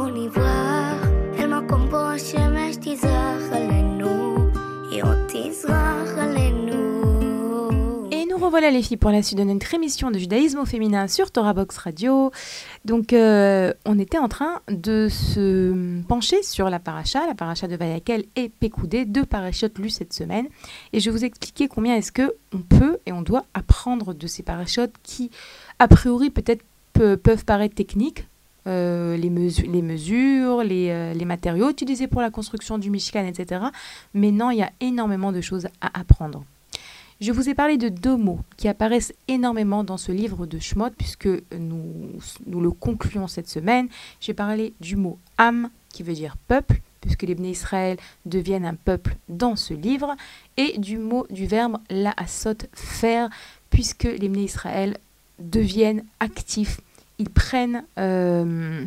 Et nous revoilà les filles pour la suite de notre émission de judaïsme au féminin sur TorahBox Radio. Donc euh, on était en train de se pencher sur la paracha, la paracha de Vayakel et Pekoudé, deux parachutes lues cette semaine. Et je vais vous expliquer combien est-ce qu'on peut et on doit apprendre de ces parachutes qui, a priori, peut-être pe- peuvent paraître techniques. Euh, les, mesu- les mesures, les, euh, les matériaux utilisés pour la construction du Mishkan, et cetera. Mais non, il y a énormément de choses à apprendre. Je vous ai parlé de deux mots qui apparaissent énormément dans ce livre de Shemot, puisque nous, nous le concluons cette semaine. J'ai parlé du mot « Am » qui veut dire « peuple », puisque les Bnei Israël deviennent un peuple dans ce livre, et du mot, du verbe « la'asot », faire, puisque les Bnei Israël deviennent actifs. Ils prennent euh,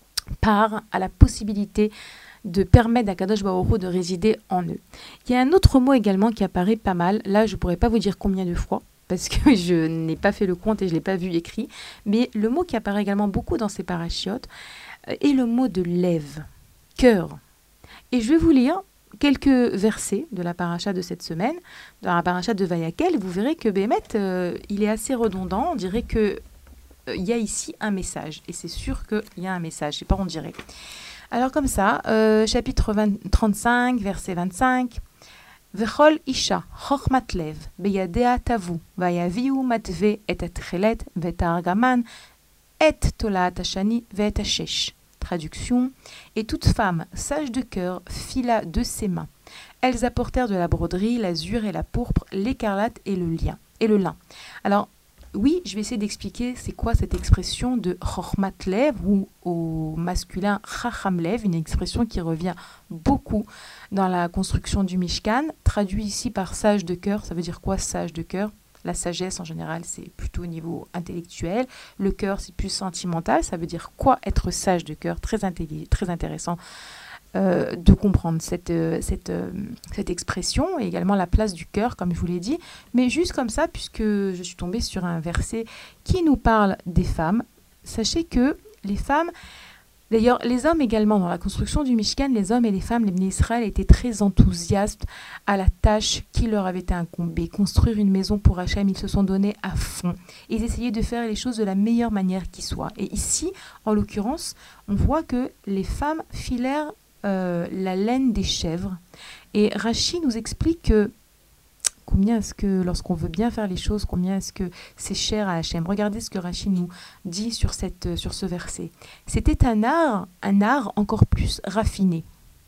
part à la possibilité de permettre à Kadosh Baruch Hu de résider en eux. Il y a un autre mot également qui apparaît pas mal. Là, je ne pourrais pas vous dire combien de fois, parce que je n'ai pas fait le compte et je ne l'ai pas vu écrit. Mais le mot qui apparaît également beaucoup dans ces parachiotes est le mot de lève, cœur. Et je vais vous lire quelques versets de la paracha de cette semaine, dans la paracha de Vayakel. Vous verrez que Béhémet, euh, il est assez redondant. On dirait que il y a ici un message, et c'est sûr qu'il y a un message, je sais pas, on dirait. Alors comme ça, euh, chapitre vingt, trente-cinq, verset vingt-cinq, Vechol isha chochmat lev beyadea tavu vayaviu matve et atchelet vetargaman et tolat hashani vet hashesh. Traduction, et toute femme sage de cœur fila de ses mains. Elles apportèrent de la broderie, l'azur et la pourpre, l'écarlate et le lien et le lin. Alors oui, je vais essayer d'expliquer c'est quoi cette expression de chochmat lev ou au masculin chacham lev, une expression qui revient beaucoup dans la construction du Mishkan, traduit ici par sage de cœur. Ça veut dire quoi sage de cœur? La sagesse en général c'est plutôt au niveau intellectuel, le cœur c'est plus sentimental. Ça veut dire quoi être sage de cœur? Très, intelli- très intéressant. Euh, de comprendre cette, euh, cette, euh, cette expression et également la place du cœur, comme je vous l'ai dit. Mais juste comme ça, puisque je suis tombée sur un verset qui nous parle des femmes, sachez que les femmes, d'ailleurs les hommes également, dans la construction du Mishkan, les hommes et les femmes, les Bnei Israël étaient très enthousiastes à la tâche qui leur avait été incombée. Construire une maison pour Hachem, ils se sont donnés à fond. Ils essayaient de faire les choses de la meilleure manière qui soit. Et ici, en l'occurrence, on voit que les femmes filèrent Euh, la laine des chèvres. Et Rashi nous explique que combien est-ce que, lorsqu'on veut bien faire les choses, combien est-ce que c'est cher à Hachem. Regardez ce que Rashi nous dit sur, cette, sur ce verset. C'était un art, un art encore plus raffiné.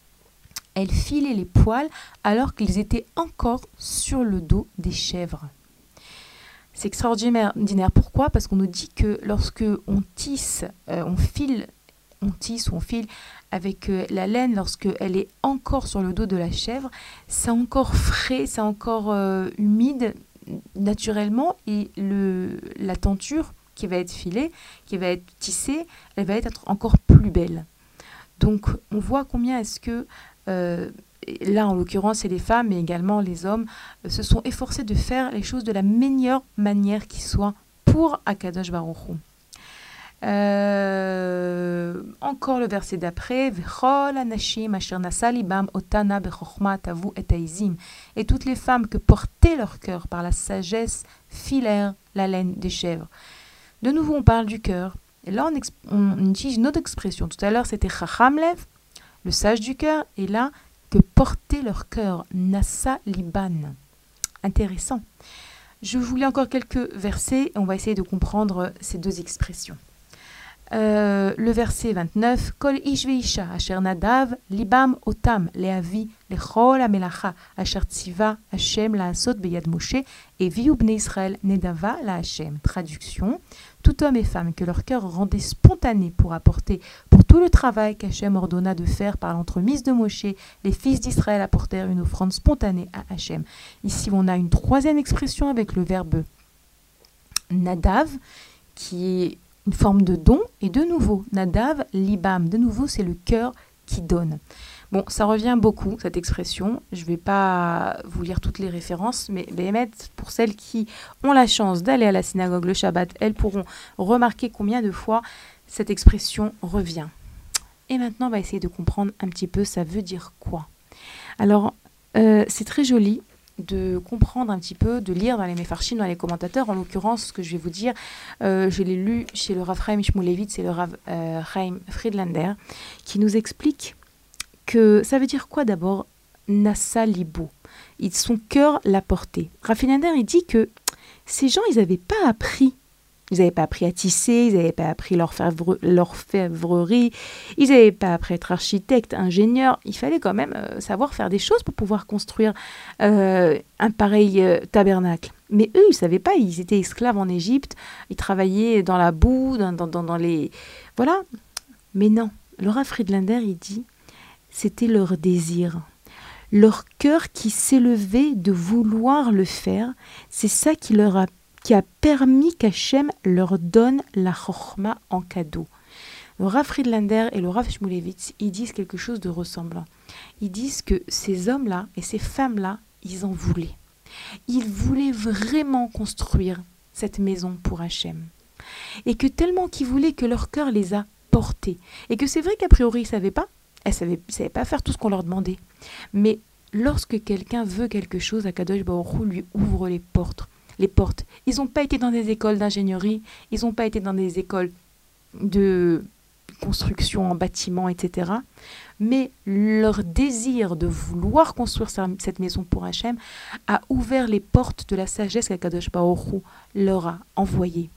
Elle filait les poils alors qu'ils étaient encore sur le dos des chèvres. C'est extraordinaire. Pourquoi? Parce qu'on nous dit que lorsque on tisse, euh, on file, on tisse ou on file avec euh, la laine, lorsqu'elle est encore sur le dos de la chèvre, c'est encore frais, c'est encore euh, humide naturellement, et le, la tenture qui va être filée, qui va être tissée, elle va être encore plus belle. Donc on voit combien est-ce que, euh, là en l'occurrence c'est les femmes, mais également les hommes, euh, se sont efforcés de faire les choses de la meilleure manière qui soit pour Akadosh Baruch Hu. Euh, encore le verset d'après, V'chol anashim asher nasa libam otana bechokma tavu et haizim. Et toutes les femmes que portaient leur cœur par la sagesse filèrent la laine des chèvres. De nouveau, on parle du cœur. Et là, on, exp- on utilise une autre expression. Tout à l'heure, c'était chachamlev, le sage du cœur. Et là, que portaient leur cœur, nasa liban. Intéressant. Je voulais encore quelques versets et on va essayer de comprendre ces deux expressions. Euh, le verset vingt-neuf, Kol ish veisha asher nadav libam otam leavi lechol amelacha asher tziva Hashem laasot beyad Moshe et viu bnei Israël nedava la Hashem. Traduction, tout homme et femme que leur cœur rendait spontané pour apporter pour tout le travail qu'Hachem ordonna de faire par l'entremise de Moshe, les fils d'Israël apportèrent une offrande spontanée à Hachem. Ici, on a une troisième expression avec le verbe nadav, qui est une forme de don, et de nouveau, nadav, libam, de nouveau, c'est le cœur qui donne. Bon, ça revient beaucoup, cette expression. Je ne vais pas vous lire toutes les références, mais Béhémet, pour celles qui ont la chance d'aller à la synagogue le Shabbat, elles pourront remarquer combien de fois cette expression revient. Et maintenant, on va essayer de comprendre un petit peu ça veut dire quoi. Alors, euh, c'est très joli de comprendre un petit peu, de lire dans les Mefarshim, dans les commentateurs. En l'occurrence, ce que je vais vous dire, euh, je l'ai lu chez le Rav Chaim Shmulevitz, c'est le Rav euh, Chaim Friedlander, qui nous explique que ça veut dire quoi d'abord, Nasa Libo. Son cœur l'a porté. Rav Friedlander, il dit que ces gens, ils n'avaient pas appris. Ils n'avaient pas appris à tisser, ils n'avaient pas appris l'orfèvre, l'orfèvrerie, ils n'avaient pas appris à être architecte, ingénieur. Il fallait quand même euh, savoir faire des choses pour pouvoir construire euh, un pareil euh, tabernacle. Mais eux, ils ne savaient pas, ils étaient esclaves en Égypte, ils travaillaient dans la boue, dans, dans, dans, dans les... Voilà. Mais non, le Rav Friedlander, il dit, c'était leur désir. Leur cœur qui s'élevait de vouloir le faire, c'est ça qui leur a qui a permis qu'Hachem leur donne la chokhma en cadeau. Le Rav Friedlander et le Rav Shmulevitz, ils disent quelque chose de ressemblant. Ils disent que ces hommes-là et ces femmes-là, ils en voulaient. Ils voulaient vraiment construire cette maison pour Hachem. Et que tellement qu'ils voulaient que leur cœur les a portés. Et que c'est vrai qu'a priori, ils ne savaient pas. Elles ne savaient, savaient pas faire tout ce qu'on leur demandait. Mais lorsque quelqu'un veut quelque chose, Akadosh Baruch Hu lui ouvre les portes. Les portes. Ils n'ont pas été dans des écoles d'ingénierie, ils n'ont pas été dans des écoles de construction en bâtiment, et cetera. Mais leur désir de vouloir construire cette maison pour Hachem a ouvert les portes de la sagesse qu'Akadosh Baruch Hu leur a envoyée.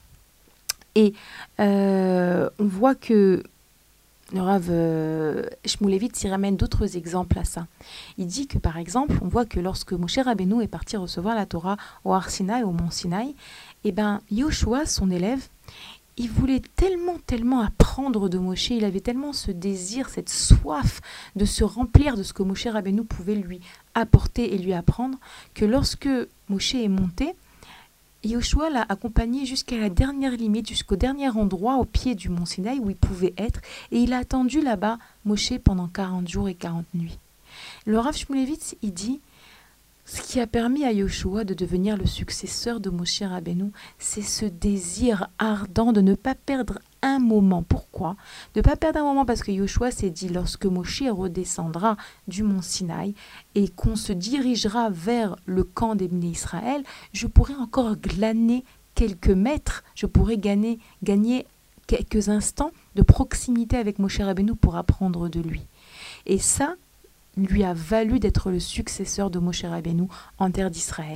Et euh, on voit que le Rav euh, Shmulevitz y ramène d'autres exemples à ça. Il dit que par exemple, on voit que lorsque Moshe Rabbeinu est parti recevoir la Torah au Har Sinaï, au mont Sinaï, et ben Yoshua, son élève, il voulait tellement, tellement apprendre de Moshe, il avait tellement ce désir, cette soif de se remplir de ce que Moshe Rabbeinu pouvait lui apporter et lui apprendre, que lorsque Moshe est monté, Yoshua l'a accompagné jusqu'à la dernière limite, jusqu'au dernier endroit au pied du mont Sinaï où il pouvait être, et il a attendu là-bas Moshe pendant quarante jours et quarante nuits. Le Rav Shmulevitz, il dit, ce qui a permis à Yoshua de devenir le successeur de Moshe Rabbeinu, c'est ce désir ardent de ne pas perdre un moment. Pourquoi ? De ne pas perdre un moment parce que Yoshua s'est dit, lorsque Moshe redescendra du mont Sinaï et qu'on se dirigera vers le camp des Bnei Israël, je pourrai encore glaner quelques mètres, je pourrai gagner, gagner quelques instants de proximité avec Moshe Rabbeinu pour apprendre de lui. Et ça lui a valu d'être le successeur de Moshe Rabbeinu en terre d'Israël.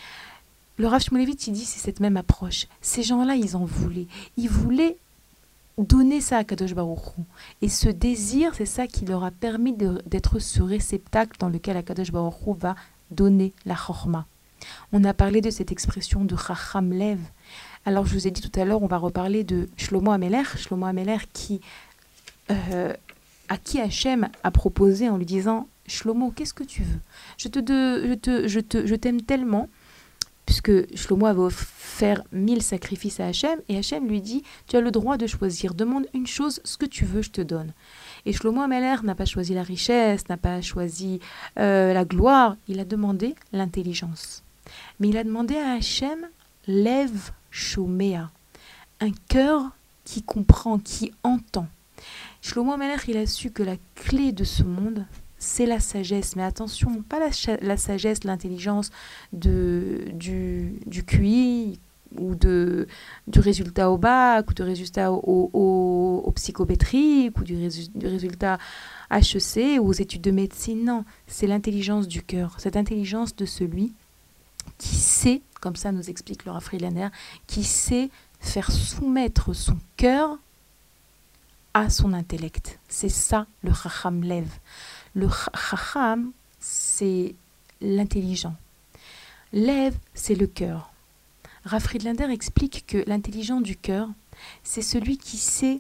Le Rav Shmulevitz, il dit, c'est cette même approche. Ces gens-là, ils en voulaient. Ils voulaient donner ça à Kadosh Baruch Hu. Et ce désir, c'est ça qui leur a permis de, d'être ce réceptacle dans lequel Kadosh Baruch Hu va donner la chokhma. On a parlé de cette expression de Chacham Lev. Alors, je vous ai dit tout à l'heure, on va reparler de Shlomo Ameler. Shlomo Ameler qui, euh, à qui Hachem a proposé en lui disant « Shlomo, qu'est-ce que tu veux ? Je te, de, je te, je te, je t'aime tellement » puisque Shlomo avait offert mille sacrifices à Hachem, et Hachem lui dit « Tu as le droit de choisir, demande une chose, ce que tu veux, je te donne. » Et Shlomo Ameler n'a pas choisi la richesse, n'a pas choisi euh, la gloire, il a demandé l'intelligence. Mais il a demandé à Hachem « Lev Shomea », un cœur qui comprend, qui entend. Shlomo HaMelech, il a su que la clé de ce monde, c'est la sagesse. Mais attention, pas la, la sagesse, l'intelligence de, du, du Q I ou de, du résultat au bac ou du résultat au, au, au psychométrique ou du, résu, du résultat H E C ou aux études de médecine. Non, c'est l'intelligence du cœur. Cette intelligence de celui qui sait, comme ça nous explique Laura Friedlander, qui sait faire soumettre son cœur à son intellect. C'est ça le Chacham Lev. Le Chacham, c'est l'intelligent. Lev, c'est le cœur. Rav Friedlander explique que l'intelligent du cœur, c'est celui qui sait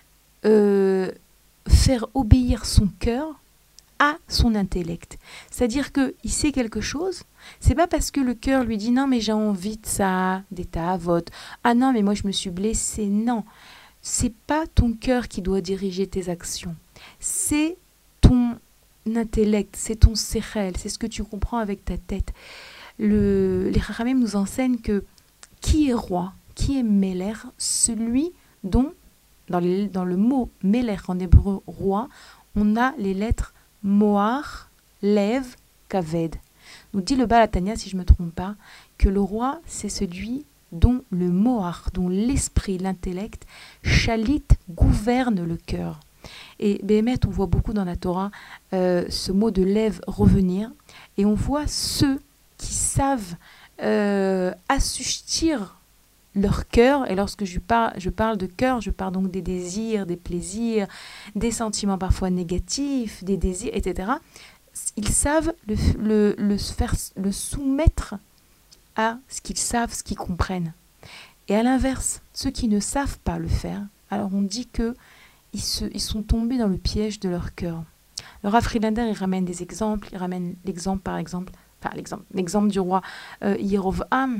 euh, faire obéir son cœur à son intellect. C'est-à-dire qu'il sait quelque chose, c'est pas parce que le cœur lui dit non mais j'ai envie de ça, d'état, vote, ah non mais moi je me suis blessé, non. C'est pas ton cœur qui doit diriger tes actions, c'est ton intellect, c'est ton sechel, c'est ce que tu comprends avec ta tête. Le, les Chachamim nous enseignent que qui est roi, qui est Meler, celui dont, dans, les, dans le mot Meler en hébreu roi, on a les lettres Moar, Lev, Kaved. Nous dit le Baal HaTanya, si je ne me trompe pas, que le roi, c'est celui dont le Moar, dont l'esprit, l'intellect, chalit, gouverne le cœur. Et Béhémet, on voit beaucoup dans la Torah euh, ce mot de Lev revenir, et on voit ceux qui savent euh, assujettir leur cœur, et lorsque je parle, je parle de cœur, je parle donc des désirs, des plaisirs, des sentiments parfois négatifs, des désirs, et cetera. Ils savent le, le, le, faire, le soumettre à ce qu'ils savent, ce qu'ils comprennent. Et à l'inverse, ceux qui ne savent pas le faire, alors on dit que ils, se, ils sont tombés dans le piège de leur cœur. Le Rav Friedlander, il ramène des exemples, il ramène l'exemple par exemple, enfin l'exemple, l'exemple du roi euh, Yerovam,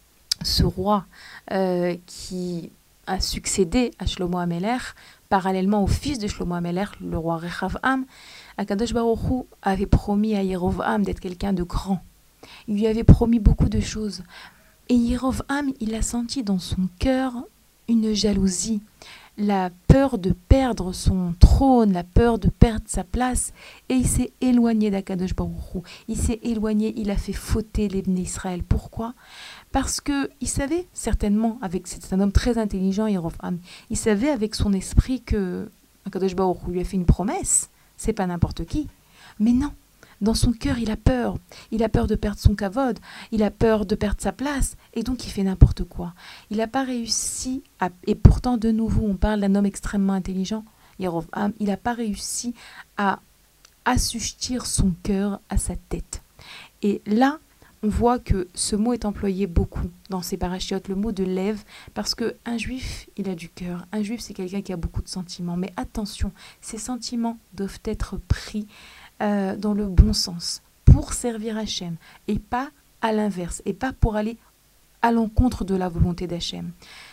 ce roi euh, qui a succédé à Shlomo HaMelech, parallèlement au fils de Shlomo HaMelech, le roi Rechavam. Akadosh Baruch Hu avait promis à Yerovam d'être quelqu'un de grand. Il lui avait promis beaucoup de choses. Et Yerovam, il a senti dans son cœur une jalousie, la peur de perdre son trône, la peur de perdre sa place. Et il s'est éloigné d'Akadosh Baruch Hu. Il s'est éloigné, il a fait fauter les Bnei Israël. Pourquoi ? Parce qu'il savait certainement, avec c'est un homme très intelligent, Yerovam, il savait avec son esprit que Akadosh Baruch Hu lui a fait une promesse. C'est pas n'importe qui. Mais non, dans son cœur, il a peur. Il a peur de perdre son kavod, il a peur de perdre sa place, et donc il fait n'importe quoi. Il n'a pas réussi, à, et pourtant de nouveau, on parle d'un homme extrêmement intelligent, Yerovam, il n'a pas réussi à assujettir son cœur à sa tête. Et là, on voit que ce mot est employé beaucoup dans ces parachiotes, le mot de Lev, parce qu'un juif, il a du cœur. Un juif, c'est quelqu'un qui a beaucoup de sentiments. Mais attention, ces sentiments doivent être pris euh, dans le bon sens, pour servir Hachem, et pas à l'inverse, et pas pour aller à l'encontre de la volonté d'Hachem.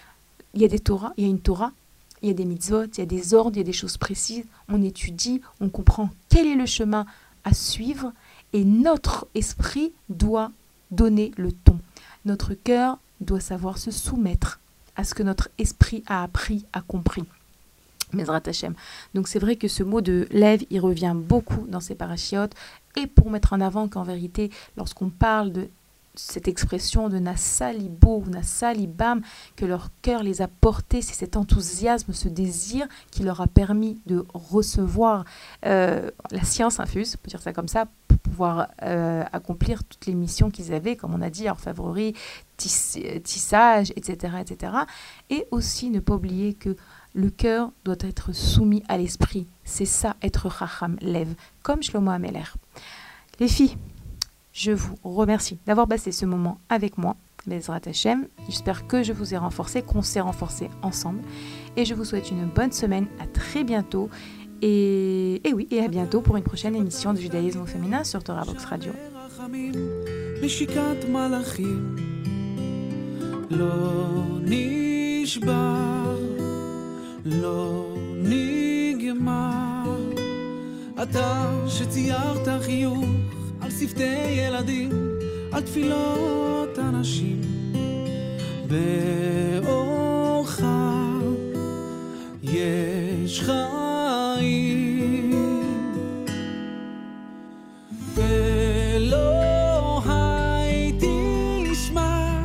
Il y a des Torahs, il y a une Torah, il y a des mitzvot, il y a des ordres, il y a des choses précises. On étudie, on comprend quel est le chemin à suivre, et notre esprit doit donner le ton. Notre cœur doit savoir se soumettre à ce que notre esprit a appris, a compris. Mezrat Hashem. Donc c'est vrai que ce mot de Lev, il revient beaucoup dans ces parachiotes, et pour mettre en avant qu'en vérité, lorsqu'on parle de cette expression de Nassa Libo ou Nassa Libam, que leur cœur les a portés, c'est cet enthousiasme, ce désir qui leur a permis de recevoir euh, la science infuse, on peut dire ça comme ça, pour pouvoir euh, accomplir toutes les missions qu'ils avaient, comme on a dit, orfèvrerie, tiss, tissage, et cetera, et cetera. Et aussi ne pas oublier que le cœur doit être soumis à l'esprit. C'est ça, être Chacham Lev, comme Shlomo HaMelech. Les filles, je vous remercie d'avoir passé ce moment avec moi, Bezrat Hashem. J'espère que je vous ai renforcé, qu'on s'est renforcé ensemble. Et je vous souhaite une bonne semaine. À très bientôt. Et, et oui, et à bientôt pour une prochaine émission de Judaïsme au féminin sur Torah Box Radio. על שפתי ילדים, על תפילות אנשים, באורך יש חיים ולא הייתי שמע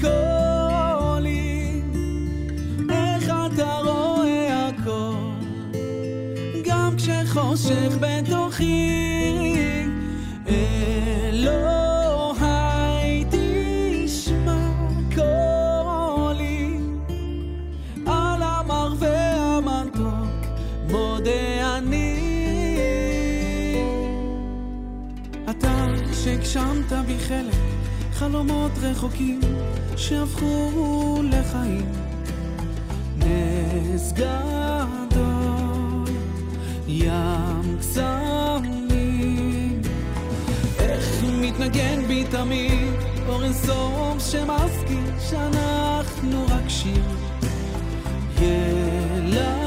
קולי איך אתה רואה הכל גם כשחושך בתוכי אלוה הייתי שמע קולי על המר והמתוק מודה אני אתה שהגשמת בי חלק חלומות רחוקים שהפכו לחיים נס גדול ים קסמים איך מתנגן בי תמיד אור אינסוף שמזכיר שאנחנו רק שיר ילדים